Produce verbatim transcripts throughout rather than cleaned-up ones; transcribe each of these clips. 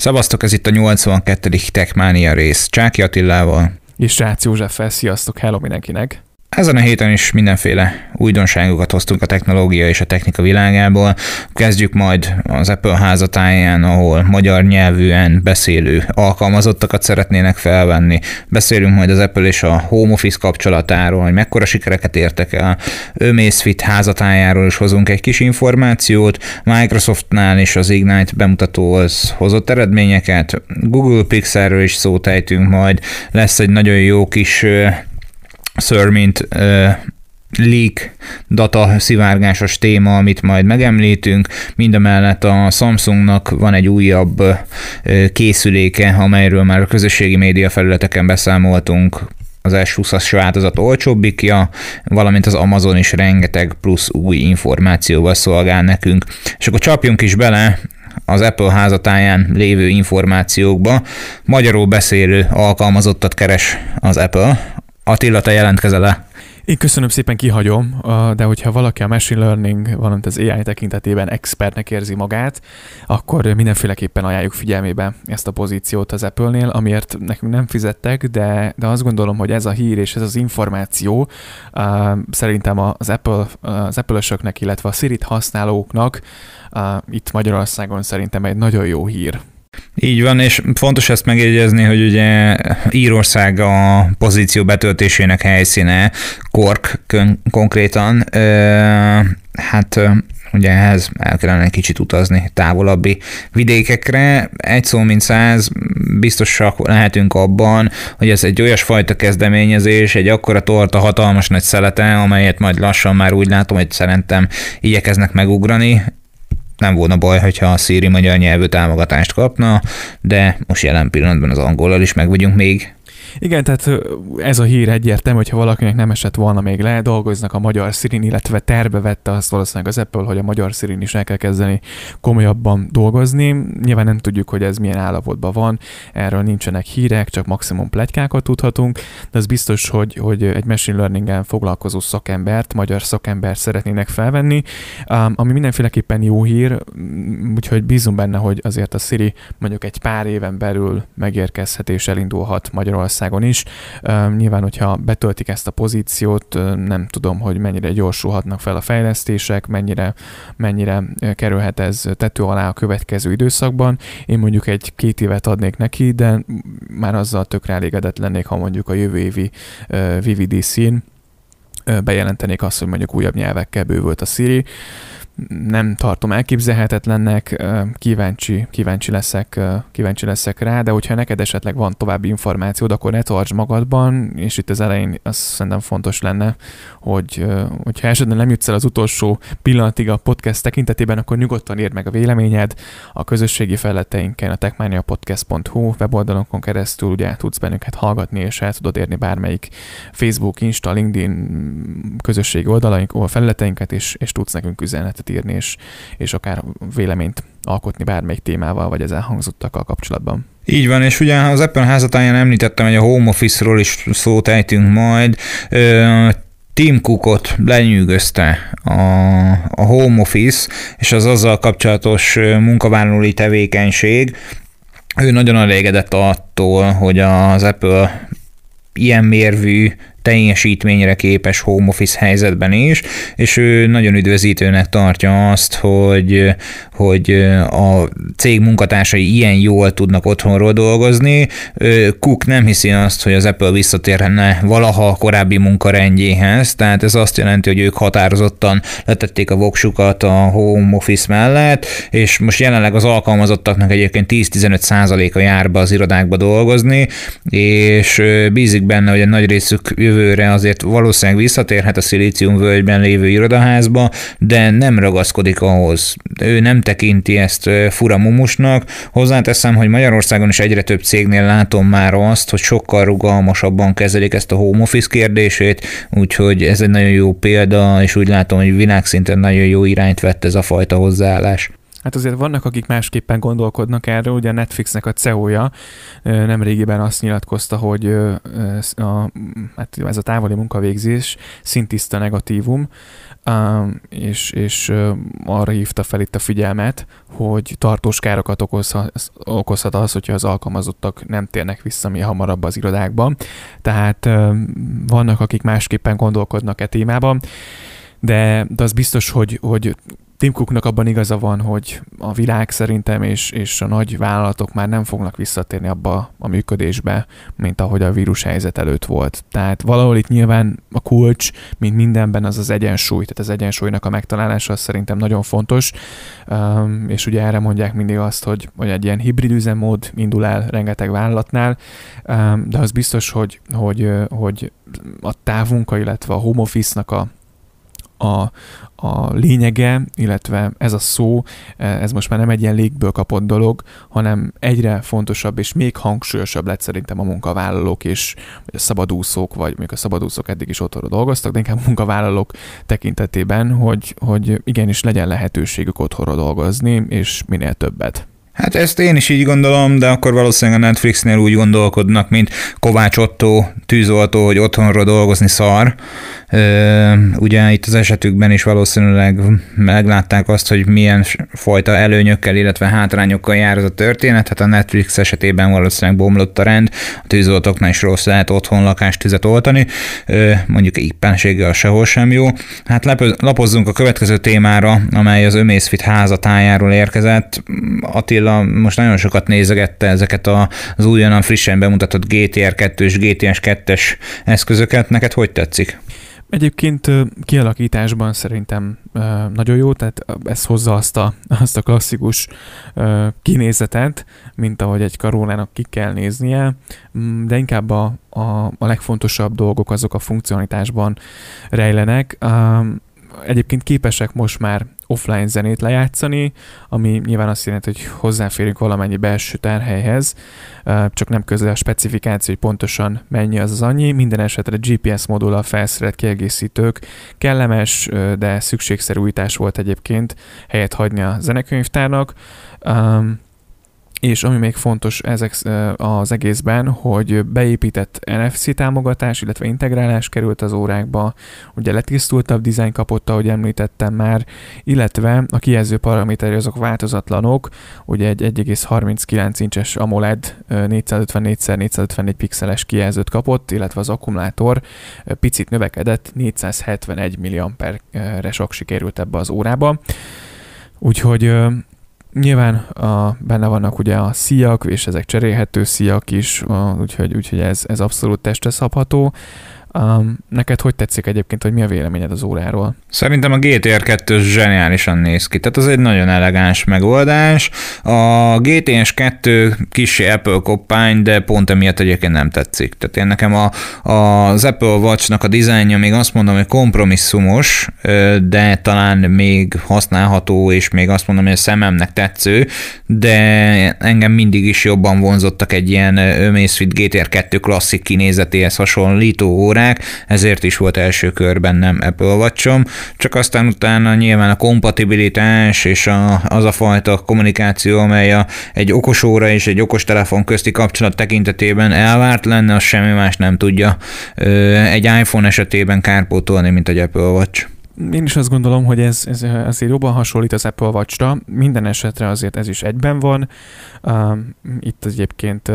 Szevasztok, ez itt a nyolcvankettedik Techmania rész. Csáky Attilával. És Rácz Józseffel. Sziasztok, hello mindenkinek! Ezen a héten is mindenféle újdonságokat hoztunk a technológia és a technika világából. Kezdjük majd az Apple házatáján, ahol magyar nyelvűen beszélő alkalmazottakat szeretnének felvenni. Beszélünk majd az Apple és a Home Office kapcsolatáról, hogy mekkora sikereket értek el. Amazfit házatájáról is hozunk egy kis információt. Microsoftnál is az Ignite bemutatóhoz hozott eredményeket. Google Pixelről is szót ejtünk majd. Lesz egy nagyon jó kis Sörmint uh, leak data szivárgásos téma, amit majd megemlítünk. Mindemellett a Samsungnak van egy újabb uh, készüléke, amelyről már a közösségi média felületeken beszámoltunk. Az S húszas változat olcsóbbikja, valamint az Amazon is rengeteg plusz új információval szolgál nekünk. És akkor csapjunk is bele az Apple házatáján lévő információkba. Magyarul beszélő alkalmazottat keres az Apple. Attila, te jelentkezel-e? Én köszönöm szépen, kihagyom, de hogyha valaki a machine learning, valamint az á i tekintetében expertnek érzi magát, akkor mindenféleképpen ajánljuk figyelmébe ezt a pozíciót az Apple-nél, amiért nekünk nem fizettek, de, de azt gondolom, hogy ez a hír és ez az információ uh, szerintem az, Apple, az Apple-ösöknek, illetve a Siri-t használóknak uh, itt Magyarországon szerintem egy nagyon jó hír. Így van, és fontos ezt megjegyezni, hogy ugye Írország a pozíció betöltésének helyszíne, Cork konkrétan, hát ugye ehhez el kellene egy kicsit utazni távolabbi vidékekre. Egy szó mint száz, biztosak lehetünk abban, hogy ez egy olyasfajta kezdeményezés, egy akkora torta hatalmas nagy szelete, amelyet majd lassan már úgy látom, hogy szerintem igyekeznek megugrani. Nem volna baj, hogyha a Siri magyar nyelvű támogatást kapna, de most jelen pillanatban az angollal is meg vagyunk még. Igen, tehát ez a hír egyértelmű, hogyha valakinek nem esett volna még le, dolgoznak a magyar Sirin, illetve terve vette azt valószínűleg az Apple, hogy a magyar Sirin is el kell kezdeni komolyabban dolgozni. Nyilván nem tudjuk, hogy ez milyen állapotban van, erről nincsenek hírek, csak maximum pletykákat tudhatunk, de az biztos, hogy, hogy egy machine learning-en foglalkozó szakembert, magyar szakembert szeretnének felvenni, ami mindenféleképpen jó hír, úgyhogy bízunk benne, hogy azért a Siri mondjuk egy pár éven belül megérkezhet és elindulhat Magyarországon is. Uh, nyilván, hogyha betöltik ezt a pozíciót, uh, nem tudom, hogy mennyire gyorsulhatnak fel a fejlesztések, mennyire, mennyire kerülhet ez tető alá a következő időszakban. Én mondjuk egy-két évet adnék neki, de már azzal tökre elégedett lennék, ha mondjuk a jövő évi uh, vé vé dé cén uh, bejelentenék azt, hogy mondjuk újabb nyelvekkel bővült a Siri. Nem tartom elképzelhetetlennek, kíváncsi, kíváncsi, leszek, kíváncsi leszek rá, de hogyha neked esetleg van további információd, akkor ne tartsd magadban, és itt az elején azt szerintem fontos lenne, hogy hogyha esetleg nem jutsz el az utolsó pillanatig a podcast tekintetében, akkor nyugodtan írd meg a véleményed a közösségi felületeinken, a techmaniapodcast pont hu weboldalunkon keresztül ugye tudsz bennünket hallgatni, és el tudod érni bármelyik Facebook, Insta, LinkedIn közösségi oldalaink, felületeinket, és, és tudsz nekünk üzenetet írni, és, és akár véleményt alkotni bármelyik témával, vagy az elhangzottakkal kapcsolatban. Így van, és ugye az Apple házatáján említettem, hogy a Home Office-ról is szót ejtünk majd. Tim Cookot lenyűgözte a, a Home Office, és az azzal kapcsolatos munkavállalói tevékenység. Ő nagyon elégedett attól, hogy az Apple ilyen mérvű teljesítményre képes home office helyzetben is, és ő nagyon üdvözítőnek tartja azt, hogy, hogy a cég munkatársai ilyen jól tudnak otthonról dolgozni. Cook nem hiszi azt, hogy az Apple visszatérhenne valaha a korábbi munkarendjéhez, tehát ez azt jelenti, hogy ők határozottan letették a voksukat a home office mellett, és most jelenleg az alkalmazottaknak egyébként tíz-tizenöt százaléka jár be az irodákba dolgozni, és bízik benne, hogy a nagy részük jövőre azért valószínűleg visszatérhet a Szilíciumvölgyben lévő irodaházba, de nem ragaszkodik ahhoz. Ő nem tekinti ezt fura mumusnak. Hozzáteszem, hogy Magyarországon is egyre több cégnél látom már azt, hogy sokkal rugalmasabban kezelik ezt a home office kérdését, úgyhogy ez egy nagyon jó példa, és úgy látom, hogy világszinten nagyon jó irányt vett ez a fajta hozzáállás. Hát azért vannak, akik másképpen gondolkodnak erről, ugye a Netflixnek a cé e o-ja nemrégiben azt nyilatkozta, hogy a, hát ez a távoli munkavégzés szintiszta negatívum, és, és arra hívta fel itt a figyelmet, hogy tartós károkat okozhat, okozhat az, hogyha az alkalmazottak nem térnek vissza mi hamarabb az irodákban. Tehát vannak, akik másképpen gondolkodnak e témában, de, de az biztos, hogy, hogy Tim Cooknak abban igaza van, hogy a világ szerintem és, és a nagy vállalatok már nem fognak visszatérni abba a működésbe, mint ahogy a vírushelyzet előtt volt. Tehát valahol itt nyilván a kulcs, mint mindenben, az az egyensúly. Tehát az egyensúlynak a megtalálása az szerintem nagyon fontos, um, és ugye erre mondják mindig azt, hogy, hogy egy ilyen hibrid üzemmód indul el rengeteg vállalatnál, um, de az biztos, hogy, hogy, hogy a távmunka, illetve a home office-nak a A, a lényege, illetve ez a szó, ez most már nem egy ilyen légből kapott dolog, hanem egyre fontosabb és még hangsúlyosabb lett szerintem a munkavállalók és a szabadúszók, vagy mondjuk a szabadúszók eddig is otthonról dolgoztak, de inkább a munkavállalók tekintetében, hogy, hogy igenis legyen lehetőségük otthonról dolgozni, és minél többet. Hát ezt én is így gondolom, de akkor valószínűleg a Netflixnél úgy gondolkodnak, mint Kovács Otto tűzoltó, hogy otthonról dolgozni szar. Ugye itt az esetükben is valószínűleg meglátták azt, hogy milyen fajta előnyökkel, illetve hátrányokkal jár ez a történet. Hát a Netflix esetében valószínűleg bomlott a rend, a tűzoltóknál is rossz lehet otthon lakástüzet oltani, mondjuk éppenséggel sehol sem jó. Hát lapozzunk a következő témára, amely az Ömészfit házatájáról érkezett. Attila most nagyon sokat nézegette ezeket az újonnan frissen bemutatott gé té er kettő és gé té es kettes eszközöket. Neked hogy tetszik? Egyébként kialakításban szerintem nagyon jó, tehát ez hozza azt a, azt a klasszikus kinézetet, mint ahogy egy karónának ki kell néznie, de inkább a, a, a legfontosabb dolgok azok a funkcionalitásban rejlenek. Egyébként képesek most már offline zenét lejátszani, ami nyilván azt jelenti, hogy hozzáférünk valamennyi belső tárhelyhez, csak nem közül a specifikáció, hogy pontosan mennyi az az annyi. Minden esetre gé pé es modullal felszerelt kiegészítők, kellemes, de szükségszerű újítás volt egyébként helyet hagyni a zenekönyvtárnak. És ami még fontos ezek az egészben, hogy beépített en ef cé támogatás, illetve integrálás került az órákba, ugye letisztultabb dizájn kapott, ahogy említettem már, illetve a kijelző paraméterei azok változatlanok, ugye egy egy egész harminckilenc incses AMOLED négyszázötvennégy szor négyszázötvennégy pixeles kijelzőt kapott, illetve az akkumulátor picit növekedett, négyszázhetvenegy milliamperes aksi került ebbe az órába. Úgyhogy nyilván a, benne vannak ugye a szíjak, és ezek cserélhető szíjak is, a, úgyhogy, úgyhogy ez, ez abszolút testre szabható. Um, neked hogy tetszik egyébként, hogy mi a véleményed az óráról? Szerintem a gé té er kettő zseniálisan néz ki, tehát az egy nagyon elegáns megoldás. A gé té es kettő kissé Apple koppány, de pont emiatt egyébként nem tetszik. Tehát én nekem a, a, az Apple Watch-nak a dizájnja még azt mondom, hogy kompromisszumos, de talán még használható, és még azt mondom, hogy a szememnek tetsző, de engem mindig is jobban vonzottak egy ilyen Amazfit gé té er kettő klasszik kinézetéhez hasonlító órák, ezért is volt első körben nem Apple Watch-om, csak aztán utána nyilván a kompatibilitás és a, az a fajta kommunikáció, amely a, egy okos óra és egy okos telefon közti kapcsolat tekintetében elvárt lenne, az semmi más nem tudja egy iPhone esetében kárpótolni, mint egy Apple Watch. Én is azt gondolom, hogy ez, ez azért jobban hasonlít az Apple Watch-ra, minden esetre azért ez is egyben van. Itt egyébként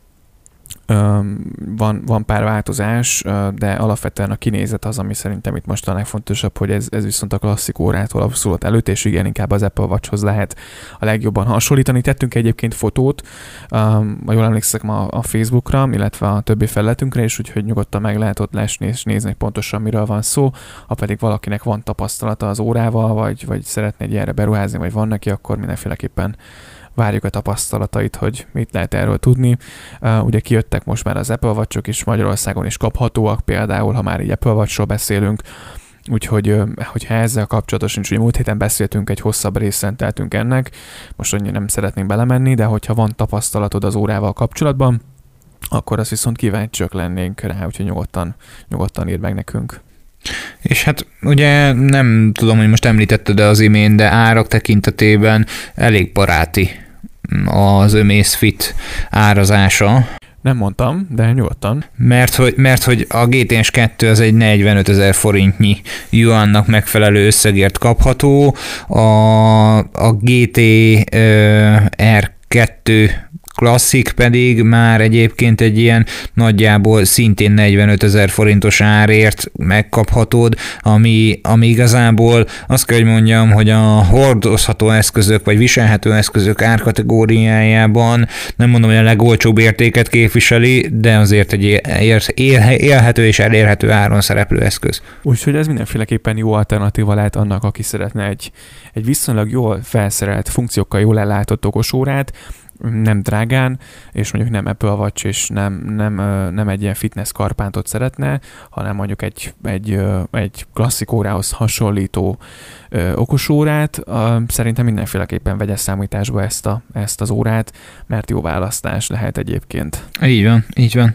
Van, van pár változás, de alapvetően a kinézet az, ami szerintem itt most a legfontosabb, hogy ez, ez viszont a klasszik órától abszolút előtt, és igen, inkább az Apple Watchhoz lehet a legjobban hasonlítani. Tettünk egyébként fotót, ha jól emlékszek ma a Facebookra, illetve a többi felületünkre is, úgyhogy nyugodtan meg lehet ott lesni és nézni pontosan miről van szó. Ha pedig valakinek van tapasztalata az órával, vagy, vagy szeretne egy ilyenre beruházni, vagy van neki, akkor mindenféleképpen várjuk a tapasztalatait, hogy mit lehet erről tudni. Uh, ugye kijöttek most már az Apple Watch-ok is, Magyarországon is kaphatóak, például, ha már így Apple Watch-ról beszélünk, úgyhogy hogyha ezzel kapcsolatosan is, ugye múlt héten beszéltünk, egy hosszabb részt szenteltünk ennek, most annyira nem szeretnénk belemenni, de hogyha van tapasztalatod az órával kapcsolatban, akkor azt viszont kíváncsiak lennénk rá, úgyhogy nyugodtan, nyugodtan írd meg nekünk. És hát ugye nem tudom, hogy most említetted de az imént, de árak tekintetében elég baráti az Amazfit árazása. Nem mondtam, de nyugodtan. Mert hogy, mert hogy a gé té es kettő az egy negyvenötezer forintnyi yuannak megfelelő összegért kapható, a, a gé té er kettő Classic pedig már egyébként egy ilyen nagyjából szintén negyvenötezer forintos árért megkaphatod, ami, ami igazából azt kell, hogy mondjam, hogy a hordozható eszközök vagy viselhető eszközök árkategóriájában nem mondom, hogy a legolcsóbb értéket képviseli, de azért egy ér, ér, élhető és elérhető áron szereplő eszköz. Úgyhogy ez mindenféleképpen jó alternatíva lehet annak, aki szeretne egy, egy viszonylag jól felszerelt, funkciókkal jól ellátott okosórát, nem drágán, és mondjuk nem Apple Watch, és nem, nem, nem egy ilyen fitness karpántot szeretne, hanem mondjuk egy, egy, egy klasszik órához hasonlító okosórát. Szerintem mindenféleképpen vegye számításba ezt, a, ezt az órát, mert jó választás lehet egyébként. Így van, így van.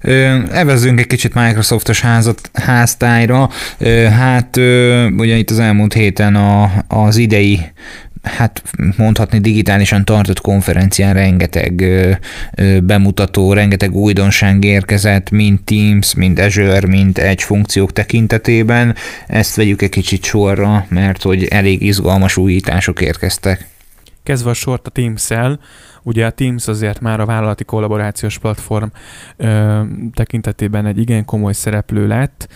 Evezzünk egy kicsit Microsoftos házat, háztájra. Hát ugye itt az elmúlt héten a, az idei hát mondhatni digitálisan tartott konferencián rengeteg ö, ö, bemutató, rengeteg újdonság érkezett, mind Teams, mind Azure, mind Edge funkciók tekintetében. Ezt vegyük egy kicsit sorra, mert hogy elég izgalmas újítások érkeztek. Kezdve a sort a Teams-el, ugye a Teams azért már a vállalati kollaborációs platform ö, tekintetében egy igen komoly szereplő lett,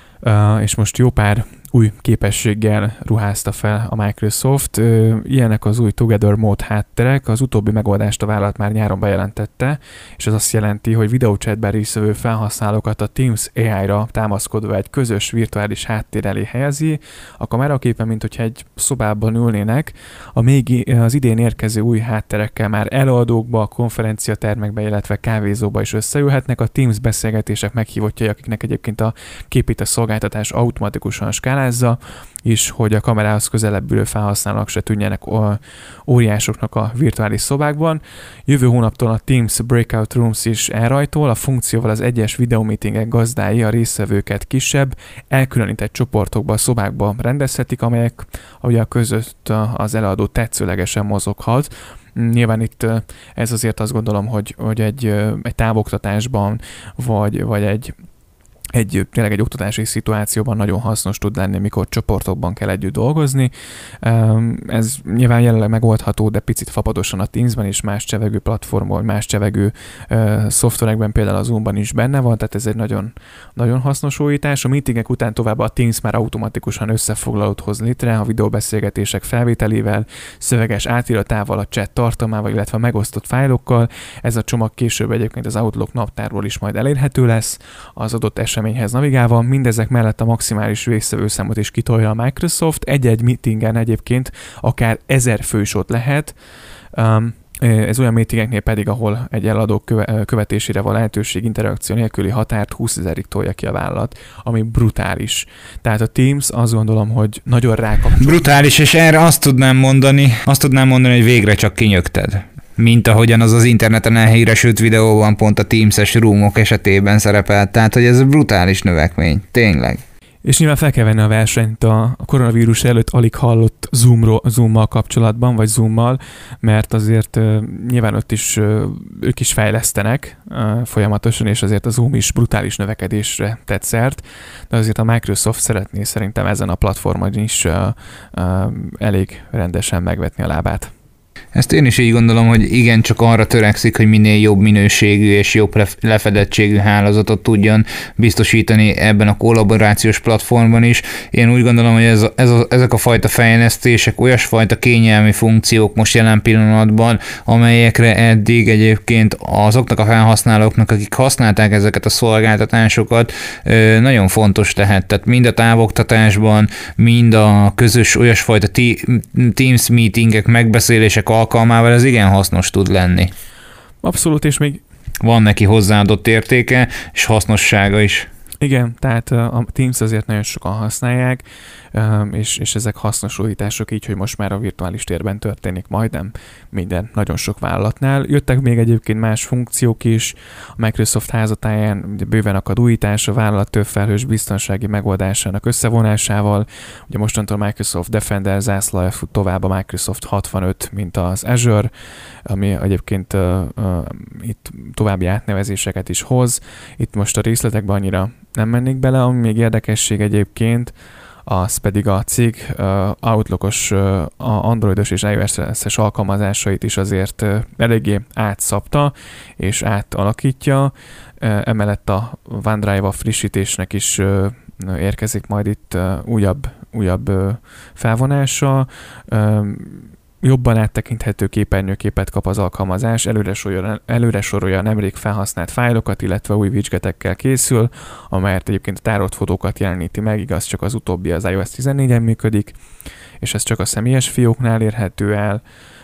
ö, és most jó pár új képességgel ruházta fel a Microsoft. Ilyenek az új Together Mode hátterek, az utóbbi megoldást a vállalat már nyáron bejelentette, és ez azt jelenti, hogy videóchatben résztvevő felhasználókat a Teams á í-ra támaszkodva egy közös virtuális háttér elé helyezi. A kameraképen, mint hogyha egy szobában ülnének, a még az idén érkező új hátterekkel már előadókba, konferenciatermekbe, illetve kávézóba is összeülhetnek. A Teams beszélgetések meghívottjai, akiknek egyébként a képítő szolgáltatás automatikusan skálázza, és hogy a kamerához közelebb ülő felhasználók se tűnjenek óriásoknak a virtuális szobákban. Jövő hónaptól a Teams Breakout Rooms is elrajtol, a funkcióval az egyes videómeetingek gazdái a résztvevőket kisebb, elkülönített csoportokba, szobákba rendezhetik, amelyek ugye a között az előadó tetszőlegesen mozoghat. Nyilván itt ez azért azt gondolom, hogy, hogy egy, egy távoktatásban, vagy, vagy egy egy, tényleg egy oktatási szituációban nagyon hasznos tud lenni, mikor csoportokban kell együtt dolgozni. Ez nyilván jelenleg megoldható, de picit fapadosan a Teamsben és más csevegő platformon, más csevegő uh, szoftverekben, például a Zoomban is benne van, tehát ez egy nagyon, nagyon hasznos újítás. A meetingek után tovább a Teams már automatikusan összefoglalót hoz létre a videóbeszélgetések felvételével, szöveges átiratával, a chat tartalmával, illetve a megosztott fájlokkal. Ez a csomag később egyébként az Outlook naptárból is majd elérhető lesz, az adott eseményhez navigálva. Mindezek mellett a maximális résztvevőszámot is kitolja a Microsoft. Egy-egy meetingen egyébként akár ezer fős ott lehet. Um, Ez olyan meetingeknél pedig, ahol egy eladó követésére van lehetőség, interakció nélküli határt húszezerig tolja ki a vállalat, ami brutális. Tehát a Teams azt gondolom, hogy nagyon rákapcsolódik. Brutális, és erre azt tudnám mondani, azt tudnám mondani, hogy végre csak kinyögted. Mint ahogyan az az interneten elhíresült videóban pont a Teams-es roomok esetében szerepelt. Tehát, hogy ez brutális növekmény. Tényleg. És nyilván fel kell venni a versenyt a koronavírus előtt alig hallott Zoomról, Zoommal kapcsolatban, vagy Zoommal, mert azért uh, nyilván ott is uh, ők is fejlesztenek uh, folyamatosan, és azért a Zoom is brutális növekedésre tett szert, de azért a Microsoft szeretné szerintem ezen a platformon is uh, uh, elég rendesen megvetni a lábát. Ezt én is így gondolom, hogy igen, csak arra törekszik, hogy minél jobb minőségű és jobb lefedettségű hálózatot tudjon biztosítani ebben a kollaborációs platformban is. Én úgy gondolom, hogy ez, ez a, ezek a fajta fejlesztések, olyasfajta kényelmi funkciók most jelen pillanatban, amelyekre eddig egyébként azoknak a felhasználóknak, akik használták ezeket a szolgáltatásokat, nagyon fontos lehet. Tehát mind a távoktatásban, mind a közös olyasfajta Teams meetingek, megbeszélések alkalmával ez igen hasznos tud lenni. Abszolút, és még van neki hozzáadott értéke és hasznossága is. Igen, tehát a Teams azért nagyon sokan használják, és, és ezek hasznos újítások így, hogy most már a virtuális térben történik majdnem minden, nagyon sok vállalatnál. Jöttek még egyébként más funkciók is, a Microsoft házatáján bőven akad újítás, a vállalat több felhős biztonsági megoldásának összevonásával. Ugye mostantól Microsoft Defender zászlaja fut tovább a Microsoft hatvanöt, mint az Azure, ami egyébként uh, uh, itt további átnevezéseket is hoz. Itt most a részletekben annyira nem mennék bele, ami még érdekesség egyébként, az pedig a cég uh, Outlookos, uh, androidos és iOS-es alkalmazásait is azért uh, eléggé átszabta és átalakítja. Uh, emellett a OneDrive-a frissítésnek is uh, érkezik majd itt uh, újabb, újabb uh, felvonása. Uh, Jobban áttekinthető képernyőképet kap az alkalmazás, előre sorolja, előre sorolja nemrég felhasznált fájlokat, illetve új widgetekkel készül, amelyet egyébként a tárolt fotókat jeleníti meg, igaz, csak az utóbbi az iOS tizennégyen működik, és ez csak a személyes fióknál érhető el,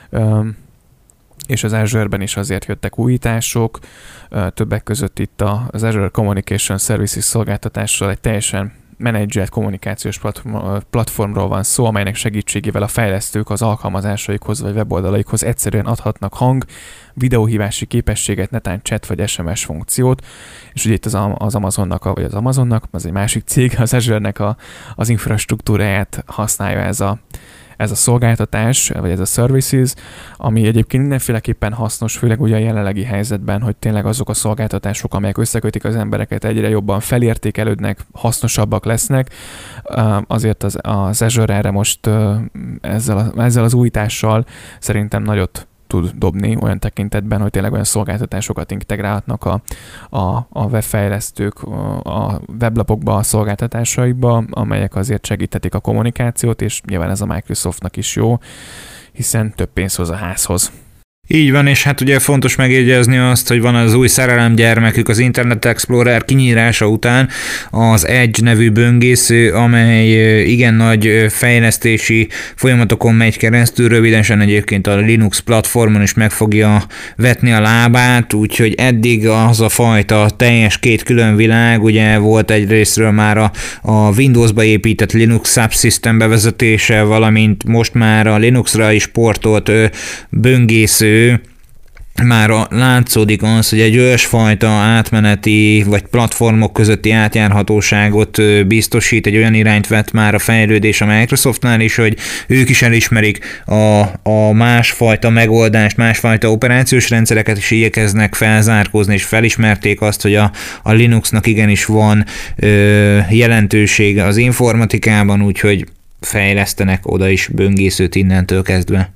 és az Azure-ben is azért jöttek újítások, többek között itt az Azure Communication Services szolgáltatással egy teljesen menedzselt kommunikációs platformról van szó, amelynek segítségével a fejlesztők az alkalmazásaikhoz vagy weboldalaikhoz egyszerűen adhatnak hang, videóhívási képességet, netán chat vagy es em es funkciót, és ugye itt az, az Amazonnak, vagy az Amazonnak, az egy másik cég, az Azure-nek a, az infrastruktúráját használja ez a ez a szolgáltatás, vagy ez a services, ami egyébként mindenféleképpen hasznos, főleg ugye a jelenlegi helyzetben, hogy tényleg azok a szolgáltatások, amelyek összekötik az embereket, egyre jobban felértékelődnek, hasznosabbak lesznek. Azért az, az Azure erre most ezzel, a, ezzel az újítással szerintem nagyot tud dobni olyan tekintetben, hogy tényleg olyan szolgáltatásokat integrálhatnak a, a, a webfejlesztők a weblapokba, a szolgáltatásaikba, amelyek azért segíthetik a kommunikációt, és nyilván ez a Microsoftnak is jó, hiszen több pénz hoz a házhoz. Így van, és hát ugye fontos megjegyezni azt, hogy van az új szerelemgyermekük az Internet Explorer kinyírása után, az Edge nevű böngésző, amely igen nagy fejlesztési folyamatokon megy keresztül, rövidesen egyébként a Linux platformon is meg fogja vetni a lábát, úgyhogy eddig az a fajta teljes két külön világ, ugye volt egyrésztről már a, a Windowsba épített Linux Subsystem bevezetése, valamint most már a Linuxra is portolt böngésző, már látszódik az, hogy egy olyasfajta átmeneti vagy platformok közötti átjárhatóságot biztosít, egy olyan irányt vett már a fejlődés a Microsoftnál is, hogy ők is elismerik a, a másfajta megoldást, másfajta operációs rendszereket is igyekeznek felzárkózni, és felismerték azt, hogy a, a Linuxnak igenis van ö, jelentősége az informatikában, úgyhogy fejlesztenek oda is böngészőt innentől kezdve.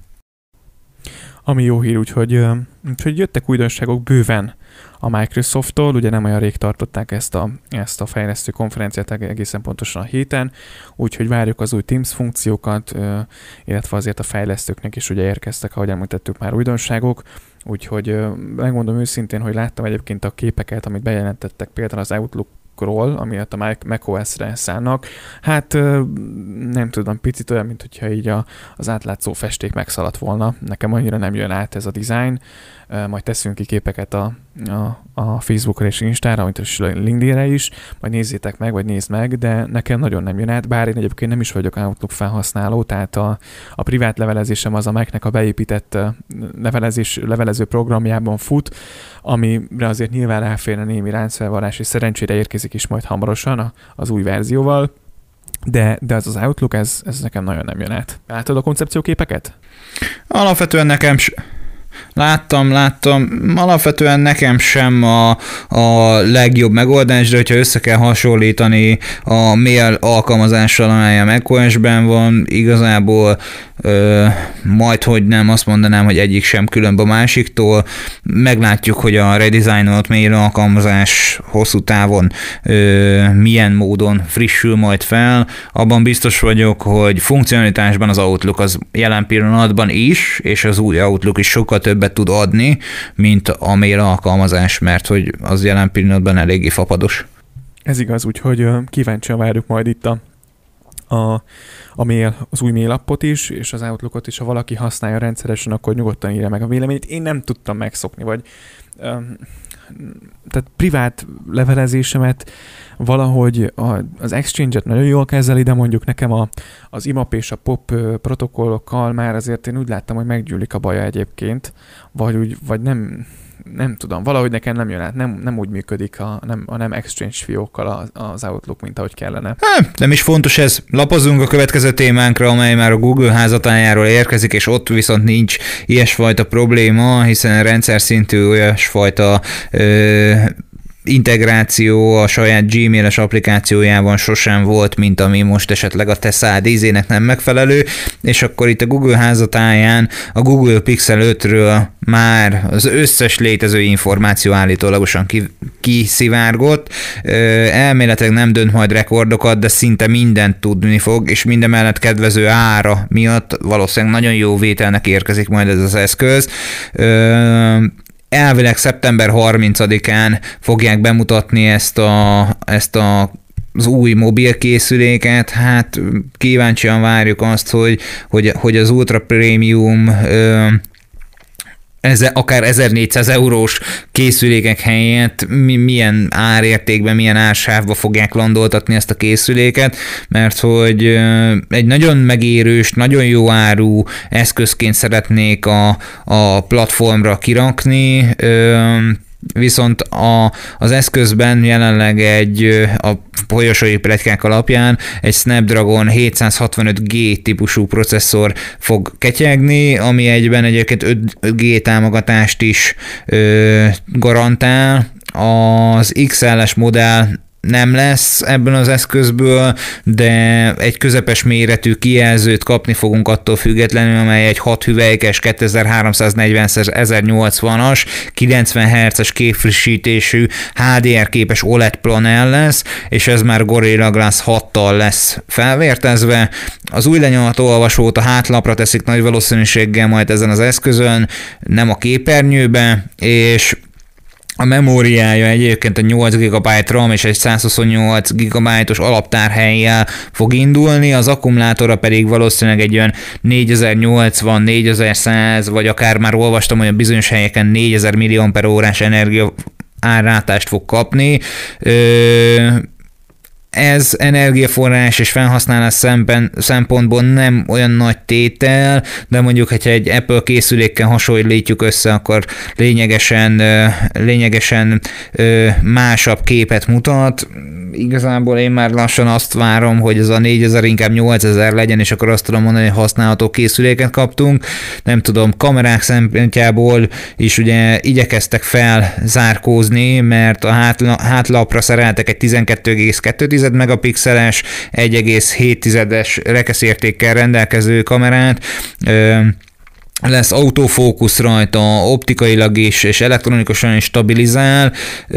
Ami jó hír, úgyhogy, úgyhogy jöttek újdonságok bőven a Microsofttól, ugye nem olyan rég tartották ezt a, ezt a fejlesztő konferenciát egészen pontosan a héten, úgyhogy várjuk az új Teams funkciókat, illetve azért a fejlesztőknek is ugye érkeztek, ahogy említettük már újdonságok, úgyhogy megmondom őszintén, hogy láttam egyébként a képeket, amit bejelentettek például az Outlook ról, amiért a macOS-re szállnak. Hát nem tudom, picit olyan, mint hogyha így a, az átlátszó festék megszaladt volna. Nekem annyira nem jön át ez a design. Majd teszünk ki képeket a, a, a Facebookra és Instára, mint a LinkedInre is, majd nézzétek meg, vagy nézd meg, de nekem nagyon nem jön át, bár én egyébként nem is vagyok Outlook felhasználó, tehát a, a privát levelezésem az a Mac-nek a beépített levelezés, levelező programjában fut, amire azért nyilván ráférne némi ráncfelvarrás, és szerencsére érkezik is majd hamarosan az új verzióval, de, de az az Outlook, ez, ez nekem nagyon nem jön át. Látod a koncepcióképeket? Alapvetően nekem s- Láttam, láttam. Alapvetően nekem sem a, a legjobb megoldás, de hogyha össze kell hasonlítani a mail alkalmazással, amely a macOS-ben van, igazából ö, majdhogy nem azt mondanám, hogy egyik sem különb a másiktól. Meglátjuk, hogy a redesignot mail alkalmazás hosszú távon ö, milyen módon frissül majd fel. Abban biztos vagyok, hogy funkcionalitásban az Outlook az jelen pillanatban is, és az új Outlook is sokkal többet tud adni, mint a mail alkalmazás, mert hogy az jelen pillanatban eléggé fapados. Ez igaz, úgyhogy kíváncsian várjuk majd itt a, a, a mail, az új mail appot is, és az Outlookot is, ha valaki használja rendszeresen, akkor nyugodtan írja meg a véleményét. Én nem tudtam megszokni, vagy tehát privát levelezésemet valahogy a, az Exchange-et nagyon jól kezeli, de mondjuk nekem a, az i map és a pop protokollokkal már azért én úgy láttam, hogy meggyűlik a baja egyébként, vagy, úgy, vagy nem, nem tudom, valahogy nekem nem jön át, nem, nem úgy működik a nem, a nem Exchange fiókkal az, az Outlook, mint ahogy kellene. Hát, nem is fontos ez. Lapozunk a következő témánkra, amely már a Google házatájáról érkezik, és ott viszont nincs ilyesfajta probléma, hiszen rendszer szintű olyasfajta ö, integráció a saját Gmail-es applikációjában sosem volt, mint ami most esetleg a te szád ízének nem megfelelő, és akkor itt a Google házatáján a Google Pixel ötről már az összes létező információ állítólagosan kiszivárgott. Elméletileg nem dönt majd rekordokat, de szinte mindent tudni fog, és minden mellett kedvező ára miatt valószínűleg nagyon jó vételnek érkezik majd ez az eszköz. Elvileg szeptember harmincadikán fogják bemutatni ezt, a, ezt a, az új mobilkészüléket, hát kíváncsian várjuk azt, hogy, hogy, hogy az Ultra Premium ö, Eze, akár ezernégyszáz eurós készülékek helyett milyen árértékben, milyen ársávba fogják landoltatni ezt a készüléket, mert hogy egy nagyon megérős, nagyon jó áru eszközként szeretnék a, a platformra kirakni, viszont a, az eszközben jelenleg egy a folyosói pletykák alapján egy Snapdragon hétszázhatvanöt G típusú processzor fog ketyegni, ami egyben egyébként öt G támogatást is ö, garantál. Az iksz el-es modell nem lesz ebben az eszközből, de egy közepes méretű kijelzőt kapni fogunk attól függetlenül, amely egy hat hüvelykes kétezer-háromszáznegyven szer ezernyolcvanas, kilencven hertzes képfrissítésű há dé er képes o led panel lesz, és ez már Gorilla Glass hattal lesz felvértezve. Az új lenyomatolvasót a hátlapra teszik nagy valószínűséggel majd ezen az eszközön, nem a képernyőbe, és a memóriája egyébként a nyolc gigabyte RAM és egy százhuszonnyolc gigabyte-os alaptárhellyel fog indulni, az akkumulátora pedig valószínűleg egy olyan négyezer-nyolcvan, négyezer-száz, vagy akár már olvastam, hogy a bizonyos helyeken négyezer milliampere-órás energia árrátást fog kapni. Ö- Ez energiaforrás és felhasználás szempontból nem olyan nagy tétel, de mondjuk, hogyha egy Apple készülékkel hasonlítjuk össze, akkor lényegesen, lényegesen másabb képet mutat. Igazából én már lassan azt várom, hogy ez a négyezer inkább nyolcezer legyen, és akkor azt tudom mondani, hogy használható készüléket kaptunk. Nem tudom, kamerák szempontjából is ugye igyekeztek felzárkózni, mert a hátla, hátlapra szereltek egy tizenkettő egész kettő megapixeles, egy egész hét rekeszértékkel rendelkező kamerát, lesz autofókusz rajta, optikailag is, és elektronikusan is stabilizál,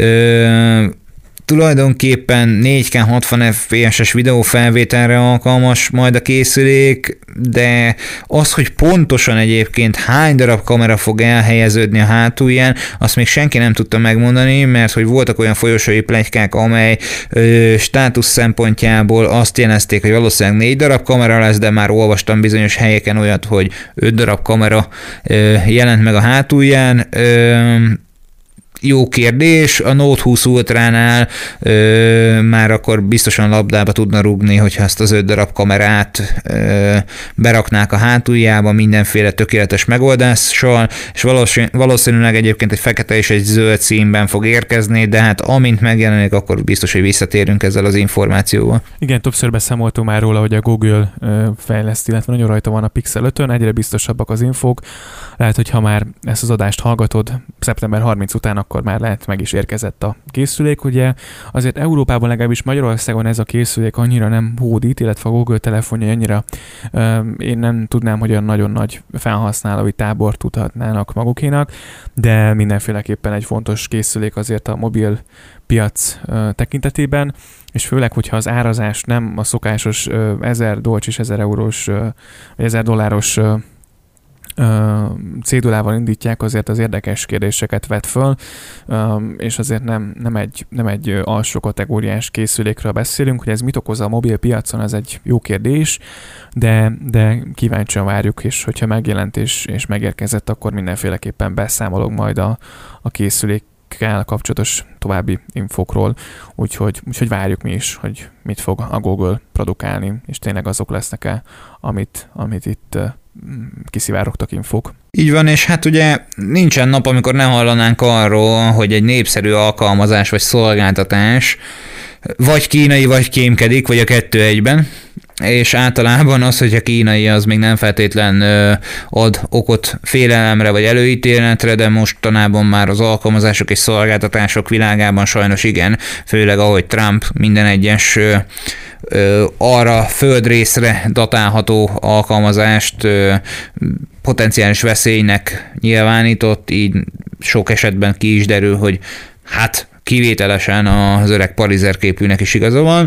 tulajdonképpen négy ká hatvan ef pé es-es videófelvételre alkalmas majd a készülék, de az, hogy pontosan egyébként hány darab kamera fog elhelyeződni a hátulján, azt még senki nem tudta megmondani, mert hogy voltak olyan folyosói pletykák, amely ö, státusz szempontjából azt jelezték, hogy valószínűleg négy darab kamera lesz, de már olvastam bizonyos helyeken olyat, hogy öt darab kamera ö, jelent meg a hátulján. Ö, Jó kérdés, a Note húsz Ultránál ö, már akkor biztosan labdába tudna rúgni, hogyha ezt az öt darab kamerát ö, beraknák a hátuljába mindenféle tökéletes megoldással, és valószínűleg egyébként egy fekete és egy zöld színben fog érkezni, de hát amint megjelenik, akkor biztos, hogy visszatérünk ezzel az információval. Igen, többször beszámoltunk már róla, hogy a Google ö, fejleszt, illetve nagyon rajta van a Pixel ötön, egyre biztosabbak az infók. Lehet, hogy ha már ezt az adást hallgatod szeptember harmincadika után, akkor már lehet meg is érkezett a készülék. Ugye azért Európában, legalábbis Magyarországon ez a készülék annyira nem hódít, illetve a Google telefonja annyira ö, én nem tudnám, hogy olyan nagyon nagy felhasználói tábort tudhatnának magukénak, de mindenféleképpen egy fontos készülék azért a mobil piac ö, tekintetében, és főleg, hogyha az árazás nem a szokásos ö, ezer dolcsis, ezer eurós, ö, vagy ezer dolláros ö, cédulával indítják, azért az érdekes kérdéseket vet föl, és azért nem, nem, egy, nem egy alsó kategóriás készülékről beszélünk, hogy ez mit okoz a mobil piacon, ez egy jó kérdés, de, de kíváncsian várjuk, és hogyha megjelent és, és megérkezett, akkor mindenféleképpen beszámolok majd a, a készülék kapcsolatos további infokról, úgyhogy, úgyhogy várjuk mi is, hogy mit fog a Google produkálni, és tényleg azok lesznek-e, amit, amit itt kiszivárogtak infók. Így van, és hát ugye nincsen nap, amikor ne hallanánk arról, hogy egy népszerű alkalmazás vagy szolgáltatás vagy kínai, vagy kémkedik, vagy a kettő egyben, és általában az, hogy a kínai az még nem feltétlen ad okot félelemre vagy előítéletre, de mostanában már az alkalmazások és szolgáltatások világában sajnos igen, főleg ahogy Trump minden egyes arra földrészre datálható alkalmazást potenciális veszélynek nyilvánított, így sok esetben ki is derül, hogy hát kivételesen az öreg parizer képűnek is igaza van.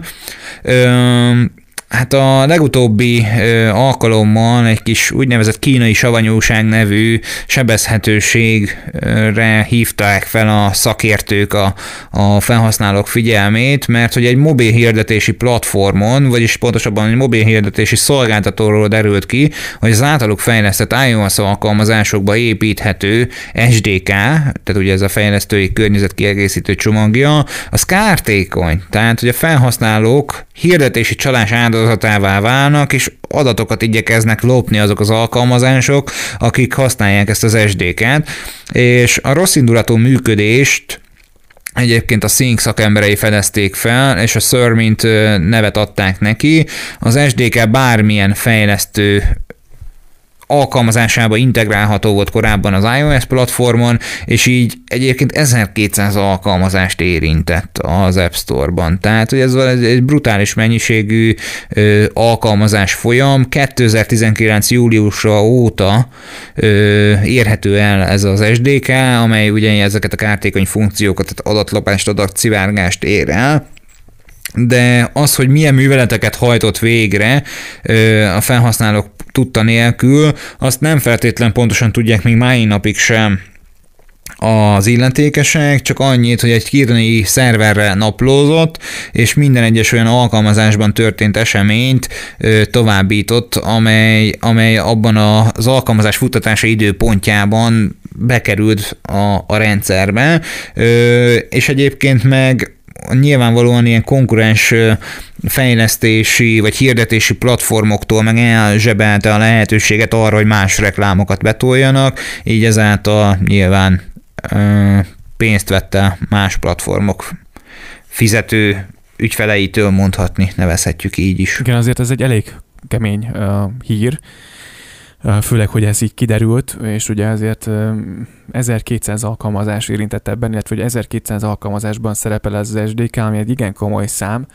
Hát a legutóbbi ö, alkalommal egy kis úgynevezett kínai savanyúság nevű sebezhetőségre hívták fel a szakértők a, a felhasználók figyelmét, mert hogy egy mobil hirdetési platformon, vagyis pontosabban egy mobil hirdetési szolgáltatóról derült ki, hogy az általuk fejlesztett iOS alkalmazásokba építhető es dé ká, tehát ugye ez a fejlesztői környezet kiegészítő csomagja, az kártékony. Tehát, hogy a felhasználók hirdetési csalás áldozatává válnak, és adatokat igyekeznek lopni azok az alkalmazások, akik használják ezt az es dé kát, és a rosszindulatú működést egyébként a Sync szakemberei fedezték fel, és a Sir mint nevet adták neki. Az es dé ká bármilyen fejlesztő alkalmazásába integrálható volt korábban az iOS platformon, és így egyébként ezerkétszáz alkalmazást érintett az App Store-ban. Tehát, hogy ez egy brutális mennyiségű ö, alkalmazás folyam. kétezer-tizenkilenc júliusa óta ö, érhető el ez az es dé ká, amely ugye ezeket a kártékony funkciókat, tehát adatlopást, adatszivárgást ér el. De az, hogy milyen műveleteket hajtott végre a felhasználók tudta nélkül, azt nem feltétlen pontosan tudják még mai napig sem az illetékesek, csak annyit, hogy egy kínai szerverre naplózott, és minden egyes olyan alkalmazásban történt eseményt továbbított, amely, amely abban az alkalmazás futtatása időpontjában bekerült a, a rendszerbe, és egyébként meg nyilvánvalóan ilyen konkurens fejlesztési vagy hirdetési platformoktól meg elzsebelte a lehetőséget arra, hogy más reklámokat betoljanak, így ezáltal nyilván ö, pénzt vette más platformok fizető ügyfeleitől, mondhatni, nevezhetjük így is. Igen, azért ez egy elég kemény uh, hír, főleg, hogy ez így kiderült, és ugye ezért ezerkétszáz alkalmazás érintett ebben, illetve hogy ezerkétszáz alkalmazásban szerepel ez az es dé ká, ami egy igen komoly szám,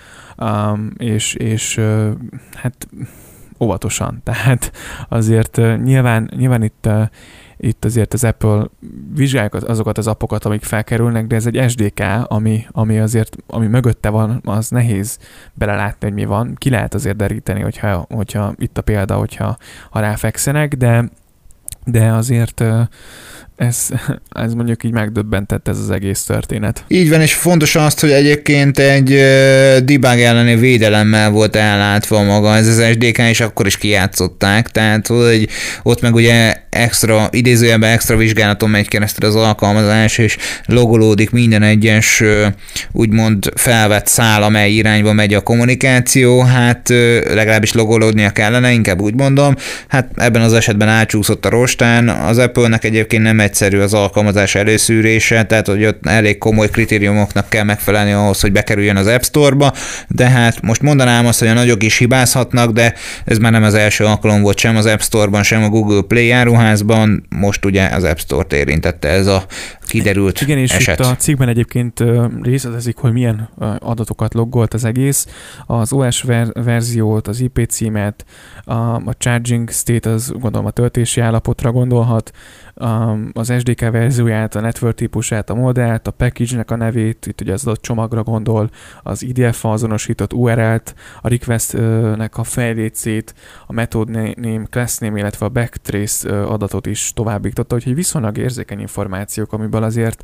és, és hát óvatosan. Tehát azért nyilván, nyilván itt, itt azért az Apple vizsgáljuk azokat az appokat, amik felkerülnek, de ez egy es dé ká, ami, ami azért, ami mögötte van, az nehéz belelátni, hogy mi van. Ki lehet azért deríteni, hogyha, hogyha itt a példa, hogyha ha ráfekszenek, de, de azért ez, ez mondjuk így megdöbbentett ez az egész történet. Így van, és fontos azt, hogy egyébként egy debug elleni védelemmel volt ellátva maga ez az es dé ká, és akkor is kijátszották, tehát hogy ott meg ugye extra, idézőjelben extra vizsgálaton megy keresztül az alkalmazás, és logolódik minden egyes úgymond felvett szál, amely irányba megy a kommunikáció, hát legalábbis logolódnia kellene, inkább úgy mondom, hát ebben az esetben átcsúszott a rostán, az Apple-nek egyébként nem egyszerű az alkalmazás előszűrése, tehát hogy ott elég komoly kritériumoknak kell megfelelni ahhoz, hogy bekerüljön az App Store-ba, de hát most mondanám azt, hogy a nagyok is hibázhatnak, de ez már nem az első alkalom volt sem az App Store-ban, sem a Google Play áruházban, most ugye az App Store-t érintette ez a kiderült Igen, és eset. itt a cikkben egyébként részletezik, hogy milyen adatokat loggolt az egész, az o es ver- verziót, az i pé címet, a, a charging state, az gondolom a töltési állapotra gondolhat, az es dé ká verzióját, a network típusát, a modellt, a package-nek a nevét, itt ugye az adott csomagra gondol, az i dé ef azonosított u er el-t, a request-nek a fejlécét, a method name, class name, illetve a backtrace adatot is továbbította, úgyhogy viszonylag érzékeny információk, amiből azért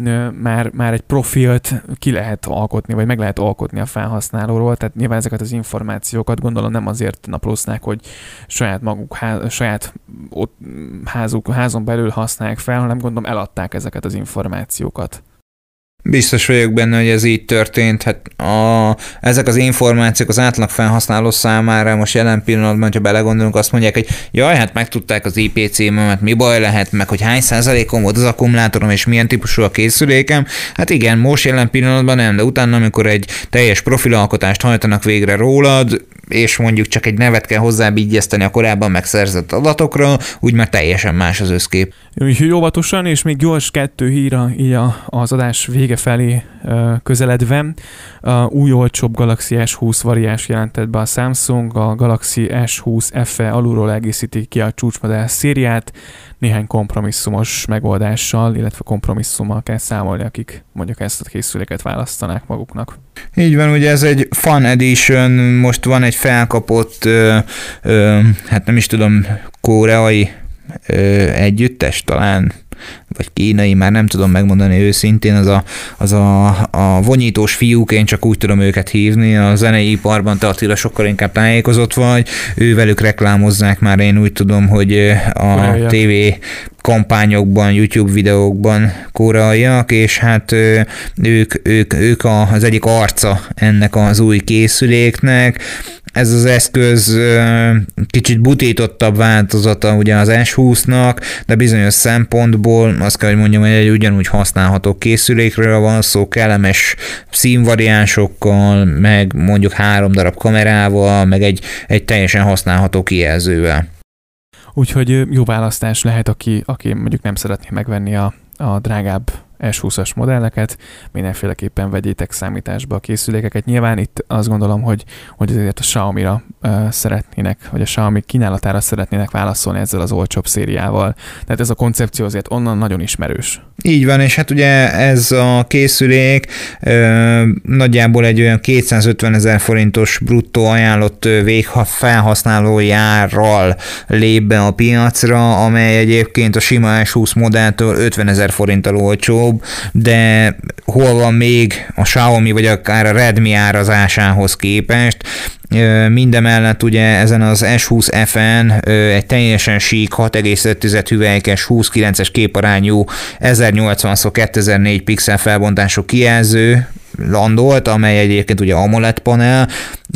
már, már egy profilt ki lehet alkotni, vagy meg lehet alkotni a felhasználóról, tehát nyilván ezeket az információkat gondolom nem azért naplózták, hogy saját maguk, ház, saját ott, házuk, házon belül használják fel, hanem gondolom eladták ezeket az információkat. Biztos vagyok benne, hogy ez így történt. Hát a, ezek az információk az átlag felhasználó számára most jelen pillanatban, ha belegondolunk, azt mondják, hogy jaj, hát megtudták az i pé címemet, mi baj lehet, meg hogy hány százalékon volt az akkumulátorom, és milyen típusú a készülékem. Hát igen, most jelen pillanatban nem, de utána, amikor egy teljes profilalkotást hajtanak végre rólad, és mondjuk csak egy nevet kell hozzábígyeszteni a korábban megszerzett adatokra, úgy már teljesen más az összkép. Úgyhogy óvatosan, és még gyors kettő híra így az adás vége felé közeledve. Új olcsóbb Galaxy es húsz variáns jelentett be a Samsung, a Galaxy es húsz ef e alulról egészíti ki a csúcsmodell szériát, néhány kompromisszumos megoldással, illetve kompromisszummal kell számolni, akik mondjuk ezt a készüléket választanák maguknak. Így van, ugye ez egy Fan Edition, most van egy felkapott, ö, ö, hát nem is tudom, koreai ö, együttes talán, vagy kínai, már nem tudom megmondani őszintén, az a, az a, a vonyítós fiúk, én csak úgy tudom őket hívni, a zenei iparban te Attila sokkal inkább tájékozott vagy, ővelük reklámozzák már, én úgy tudom, hogy a té vé kampányokban, YouTube videókban koreaiak, és hát ők, ők, ők az egyik arca ennek az új készüléknek. Ez az eszköz kicsit butítottabb változata ugye az es húsznak, de bizonyos szempontból azt kell, hogy mondjam, hogy egy ugyanúgy használható készülékről van szó, kellemes színvariánsokkal, meg mondjuk három darab kamerával, meg egy, egy teljesen használható kijelzővel. Úgyhogy jó választás lehet, aki, aki mondjuk nem szeretné megvenni a, a drágább es húszas modelleket, mindenféleképpen vegyétek számításba a készülékeket. Nyilván itt azt gondolom, hogy, hogy azért a Xiaomi-ra uh, szeretnének, vagy a Xiaomi kínálatára szeretnének válaszolni ezzel az olcsóbb szériával. Tehát ez a koncepció azért onnan nagyon ismerős. Így van, és hát ugye ez a készülék uh, nagyjából egy olyan kétszázötvenezer forintos bruttó ajánlott végfelhasználójárral lép be a piacra, amely egyébként a sima es húsz modelltől ötvenezer forinttal olcsó, de hol van még a Xiaomi vagy akár a Redmi árazásához képest. Mindemellett ugye ezen az es húsz ef en egy teljesen sík hat egész öt hüvelykes húsz-kilences képarányú ezernyolcvan szor kétezer-négy pixel felbontású kijelző landolt, amely egyébként ugye AMOLED panel,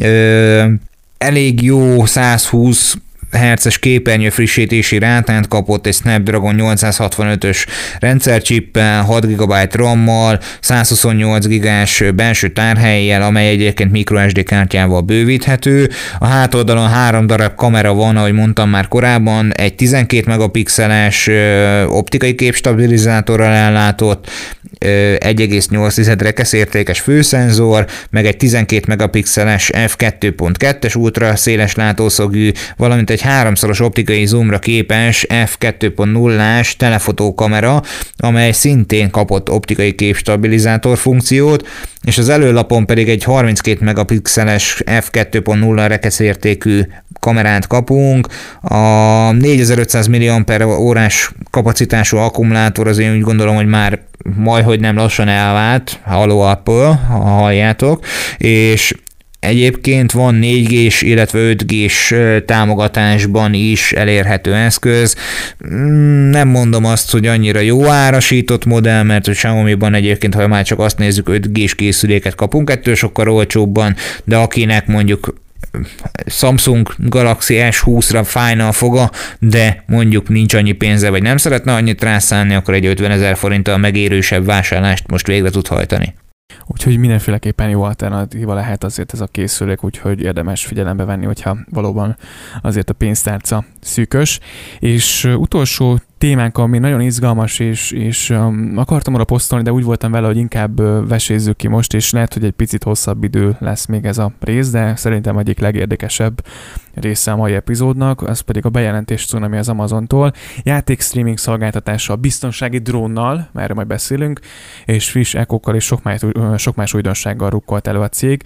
elég jó százhúsz hertzes képernyő frissítési rátát kapott, egy Snapdragon nyolcszázhatvanötös rendszercsippel, hat gigabyte RAM-mal, százhuszonnyolc gigás belső tárhellyel, amely egyébként microSD kártyával bővíthető. A hátoldalon három darab kamera van, ahogy mondtam már korábban, egy tizenkét megapixeles optikai képstabilizátorral ellátott, egy egész nyolc rekeszértékes főszenzor, meg egy tizenkét megapixeles ef kettő pont kettes ultra széles látószögű, valamint egy háromszoros optikai zoomra képes ef kettő pont nullás telefotókamera, amely szintén kapott optikai képstabilizátor funkciót, és az előlapon pedig egy harminckét megapixeles ef kettő pont nulla rekeszértékű kamerát kapunk. A négyezer-ötszáz milliampere órás kapacitású akkumulátor, az én úgy gondolom, hogy már majdhogy nem lassan elvált, Hello Apple, ha halljátok, és egyébként van négy gés, illetve öt gés támogatásban is elérhető eszköz. Nem mondom azt, hogy annyira jó árasított modell, mert a Xiaomi-ban egyébként, ha már csak azt nézzük, öt gés készüléket kapunk, ettől sokkal olcsóbban, de akinek mondjuk Samsung Galaxy es húszra fájna a foga, de mondjuk nincs annyi pénze, vagy nem szeretne annyit rászánni, akkor egy ötvenezer forinttal megérősebb vásárlást most végre tud hajtani. Úgyhogy mindenféleképpen jó alternatíva lehet azért ez a készülék, úgyhogy érdemes figyelembe venni, hogyha valóban azért a pénztárca szűkös. És utolsó témánk, ami nagyon izgalmas, és, és um, akartam arra posztolni, de úgy voltam vele, hogy inkább uh, vesézzük ki most, és lehet, hogy egy picit hosszabb idő lesz még ez a rész, de szerintem egyik legérdekesebb része a mai epizódnak, az pedig a bejelentés cunami az Amazontól. Játék streaming szolgáltatással, biztonsági drónnal, erről majd beszélünk, és friss ekókkal és sok más, sok más újdonsággal rukkolt elő a cég.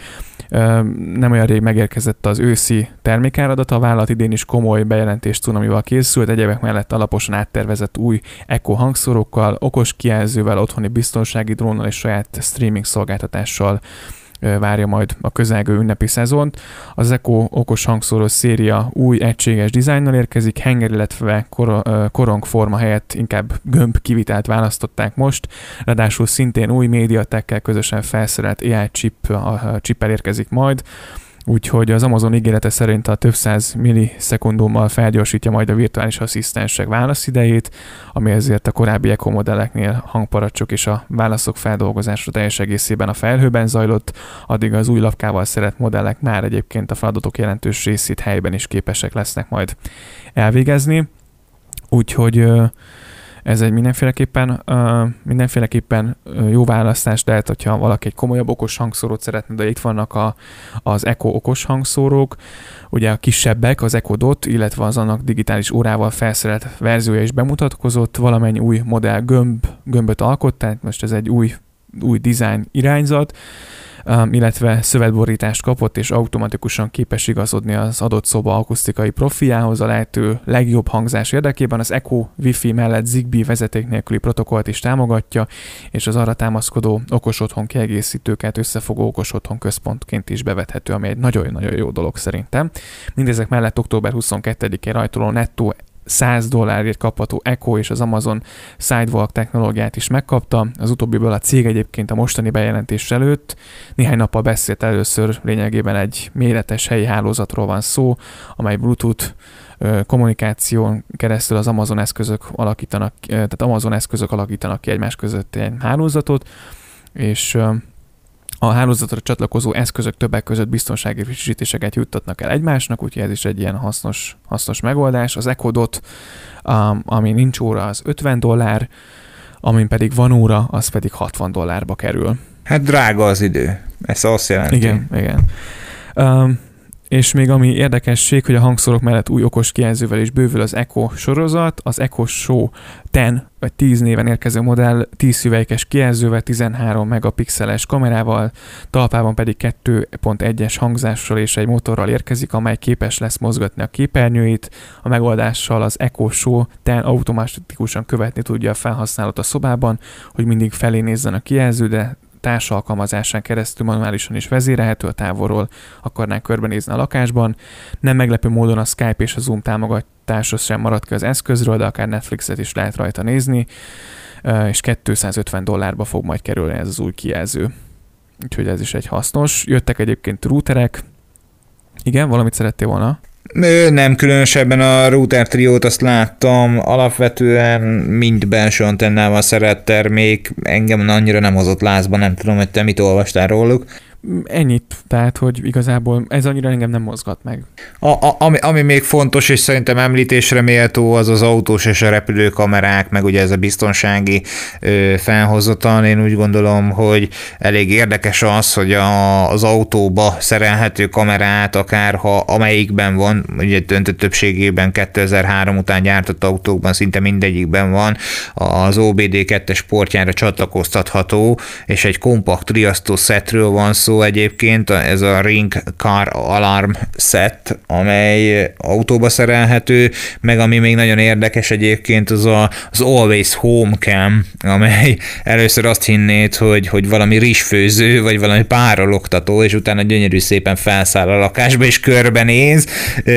Nem olyan rég megérkezett az őszi termékáradata, a vállalat idén is komoly bejelentés cunamival készült, egyebek mellett alaposan áttervezett új Echo hangszórókkal, okos kijelzővel, otthoni biztonsági drónnal és saját streaming szolgáltatással várja majd a közelgő ünnepi szezont. Az Echo okos hangszóró széria új egységes dizájnnal érkezik, henger, illetve kor- korongforma helyett inkább gömb kivitelt választották most, ráadásul szintén új MediaTek-kel közösen felszerelt á i chip, a chippel érkezik majd, úgyhogy az Amazon ígérete szerint a több száz millisekundummal felgyorsítja majd a virtuális asszisztensek válaszidejét, ami ezért a korábbi Echo modelleknél hangparacsok és a válaszok feldolgozása teljes egészében a felhőben zajlott, addig az új lapkával szerelt modellek már egyébként a feladatok jelentős részét helyben is képesek lesznek majd elvégezni. Úgyhogy ez egy mindenféleképpen, uh, mindenféleképpen jó választás lehet, hogyha valaki egy komolyabb okos hangszórót szeretne, de itt vannak a, az Echo okos hangszórók, ugye a kisebbek, az Echo Dot, illetve az annak digitális órával felszerelt verziója is bemutatkozott, valamennyi új modell gömb, gömböt alkot, tehát most ez egy új, új design irányzat, Um, illetve szövetborítást kapott, és automatikusan képes igazodni az adott szoba akusztikai profiához a lehető legjobb hangzás érdekében. Az Echo Wi-Fi mellett Zigbee vezeték nélküli protokollt is támogatja, és az arra támaszkodó okos otthon kiegészítőket összefogó okos otthon központként is bevethető, ami egy nagyon-nagyon jó dolog szerintem. Mindezek mellett október huszonkettedikén rajtoló nettó száz dollárért kapható Echo és az Amazon Sidewalk technológiát is megkapta. Az utóbbiból a cég egyébként a mostani bejelentés előtt néhány nappal beszélt először, lényegében egy méretes helyi hálózatról van szó, amely Bluetooth kommunikáción keresztül az Amazon eszközök alakítanak, tehát Amazon eszközök alakítanak ki egymás között egy hálózatot, és a hálózatra csatlakozó eszközök többek között biztonsági frissítéseket juttatnak el egymásnak, úgyhogy ez is egy ilyen hasznos, hasznos megoldás. Az Echo Dot, um, ami nincs óra, az ötven dollár, amin pedig van óra, az pedig hatvan dollárba kerül. Hát drága az idő. Ez azt jelenti. Igen, igen. Um, és még ami érdekesség, hogy a hangszórok mellett új okos kijelzővel is bővül az Echo sorozat, az Echo Show tíz vagy tíz néven érkező modell tíz hüvelykes kijelzővel, tizenhárom megapixeles kamerával, talpában pedig kettő pont egyes hangzással és egy motorral érkezik, amely képes lesz mozgatni a képernyőit. A megoldással az Echo Show tíz automatikusan követni tudja a felhasználót a szobában, hogy mindig felé nézzen a kijelző, de társalkalmazásán keresztül manuálisan is vezérelhető, a távolról akarnánk körbenézni a lakásban. Nem meglepő módon a Skype és a Zoom támogatása sem maradt ki az eszközről, de akár Netflixet is lehet rajta nézni, és kétszázötven dollárba fog majd kerülni ez az új kijelző. Úgyhogy ez is egy hasznos. Jöttek egyébként routerek. Igen, valamit szerettél volna? Nem, különösebben a router triót azt láttam, alapvetően mind belső antennával szerelt termék, engem annyira nem hozott lázba, nem tudom, hogy te mit olvastál róluk. Ennyit, tehát, hogy igazából ez annyira engem nem mozgat meg. A, a, ami, ami még fontos, és szerintem említésre méltó, az az autós és a repülőkamerák, meg ugye ez a biztonsági ö, felhozatal. Én úgy gondolom, hogy elég érdekes az, hogy a, az autóba szerelhető kamerát, akár ha amelyikben van, ugye döntő többségében kétezer-három után gyártott autókban szinte mindegyikben van, az o bé dé kettes portjára csatlakoztatható, és egy kompakt riasztó szetről van szó egyébként, ez a Ring Car Alarm Set, amely autóba szerelhető, meg ami még nagyon érdekes egyébként, az a, az Always Home Cam, amely először azt hinnéd, hogy, hogy valami rizsfőző, vagy valami párologtató, és utána gyönyörű szépen felszáll a lakásba, és körbenéz.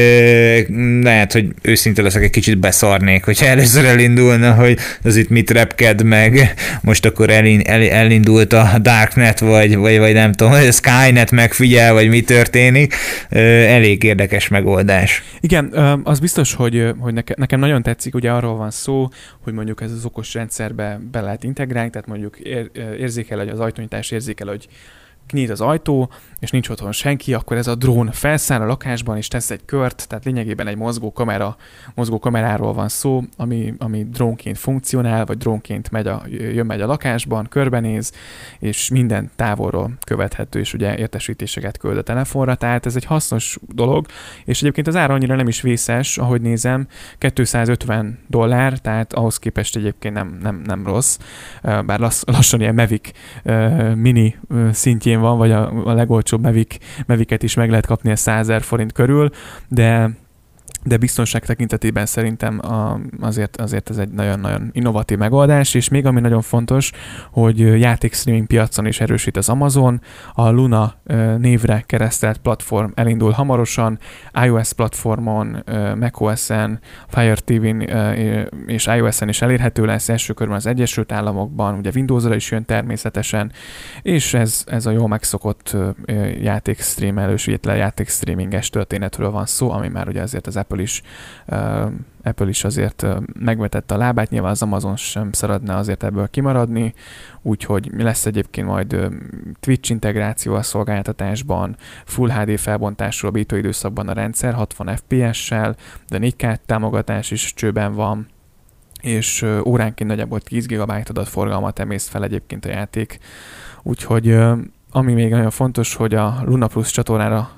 Lehet, hogy őszinte leszek, egy kicsit beszarnék, hogyha először elindulna, hogy az itt mit repked meg, most akkor elindult a Darknet, vagy, vagy, vagy nem tudom, a Skynet megfigyel, vagy mi történik. Elég érdekes megoldás. Igen, az biztos, hogy, hogy nekem nagyon tetszik, ugye arról van szó, hogy mondjuk ez az okos rendszerbe be lehet integrálni, tehát mondjuk ér, érzékel, hogy az ajtónyitás érzékel, hogy kinyílt az ajtó, és nincs otthon senki, akkor ez a drón felszáll a lakásban, és tesz egy kört, tehát lényegében egy mozgó kamera, mozgó kameráról van szó, ami, ami drónként funkcionál, vagy drónként megy a, jön megy a lakásban, körbenéz, és minden távolról követhető, és ugye értesítéseket küld a telefonra, tehát ez egy hasznos dolog, és egyébként az ára annyira nem is vészes, ahogy nézem, kétszázötven dollár, tehát ahhoz képest egyébként nem, nem, nem rossz, bár lass, lassan ilyen Mavic mini szintjén van, vagy a, a legolcsóbb Mavic, Mavic-et is meg lehet kapni a százezer forint körül, de de biztonság tekintetében szerintem a, azért, azért ez egy nagyon-nagyon innovatív megoldás, és még ami nagyon fontos, hogy játékstreaming piacon is erősít az Amazon, a Luna névre keresztelt platform elindul hamarosan, iOS platformon, macOS-en, Fire té vén és iOS-en is elérhető lesz, első körben az Egyesült Államokban, ugye Windowsra is jön természetesen, és ez, ez a jól megszokott játékstreamelős, illetve játékstreaminges történetről van szó, ami már ugye azért az Apple is, uh, Apple is azért uh, megvetette a lábát, nyilván az Amazon sem szeretne azért ebből kimaradni, úgyhogy lesz egyébként majd uh, Twitch integráció a szolgáltatásban, Full há dé felbontásról a beta időszakban a rendszer, hatvan ef pé es-sel, de négy ká támogatás is csőben van, és uh, óránként nagyjából tíz gigabyte adatforgalmat emészt fel egyébként a játék, úgyhogy uh, ami még nagyon fontos, hogy a Luna Plus csatornára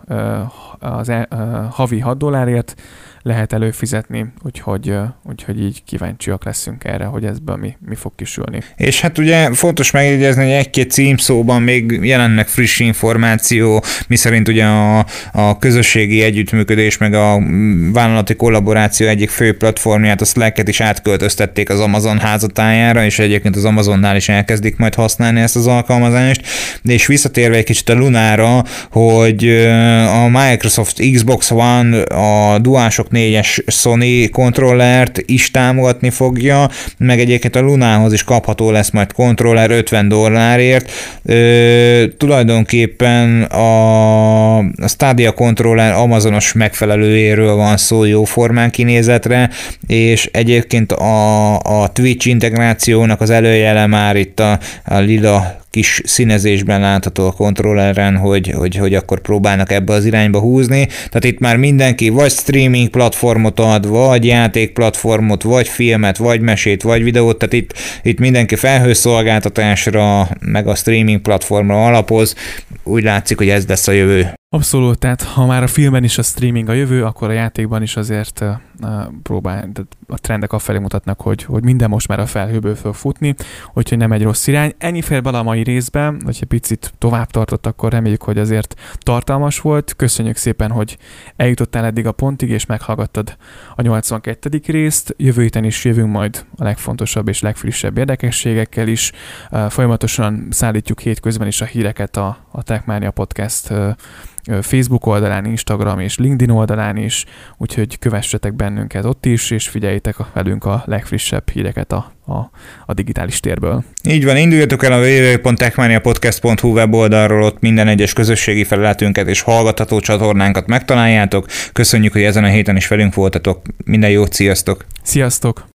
az havi hat dollárért lehet előfizetni, úgyhogy, úgyhogy így kíváncsiak leszünk erre, hogy ezből mi, mi fog kisülni. És hát ugye fontos megjegyezni, hogy egy-két címszóban még jelennek friss információ, miszerint ugye a, a közösségi együttműködés meg a vállalati kollaboráció egyik fő platformját, a Slack-et is átköltöztették az Amazon házatájára, és egyébként az Amazonnál is elkezdik majd használni ezt az alkalmazást, és visszatérve egy kicsit a Lunára, hogy a Microsoft Xbox One a DualShock négyes Sony kontrollert is támogatni fogja, meg egyébként a Lunához is kapható lesz majd kontroller ötven dollárért. Ö, tulajdonképpen a, a Stadia kontroller amazonos megfelelőjéről van szó jóformán kinézetre, és egyébként a, a Twitch integrációnak az előjele már itt a, a lila kis színezésben látható a kontrolleren, hogy, hogy, hogy akkor próbálnak ebbe az irányba húzni. Tehát itt már mindenki vagy streaming platformot ad, vagy játékplatformot, vagy filmet, vagy mesét, vagy videót, tehát itt, itt mindenki felhőszolgáltatásra, meg a streaming platformra alapoz. Úgy látszik, hogy ez lesz a jövő. Abszolút, tehát ha már a filmben is a streaming a jövő, akkor a játékban is azért uh, próbál, a trendek afelé mutatnak, hogy, hogy minden most már a felhőből fog futni, úgyhogy nem egy rossz irány. Ennyi fér bele a mai részben, hogyha picit tovább tartott, akkor reméljük, hogy azért tartalmas volt. Köszönjük szépen, hogy eljutottál eddig a pontig, és meghallgattad a nyolcvankettedik részt. Jövő héten is jövünk majd a legfontosabb és legfrissebb érdekességekkel is. Uh, folyamatosan szállítjuk hétközben is a híreket a, a Techmania Podcast uh, Facebook oldalán, Instagram és LinkedIn oldalán is, úgyhogy kövessetek bennünket ott is, és figyeljétek velünk a legfrissebb híreket a, a, a digitális térből. Így van, induljatok el a double-u double-u double-u pont techmania podcast pont hu weboldalról, ott minden egyes közösségi felületünket és hallgatható csatornánkat megtaláljátok. Köszönjük, hogy ezen a héten is velünk voltatok. Minden jót, sziasztok! Sziasztok!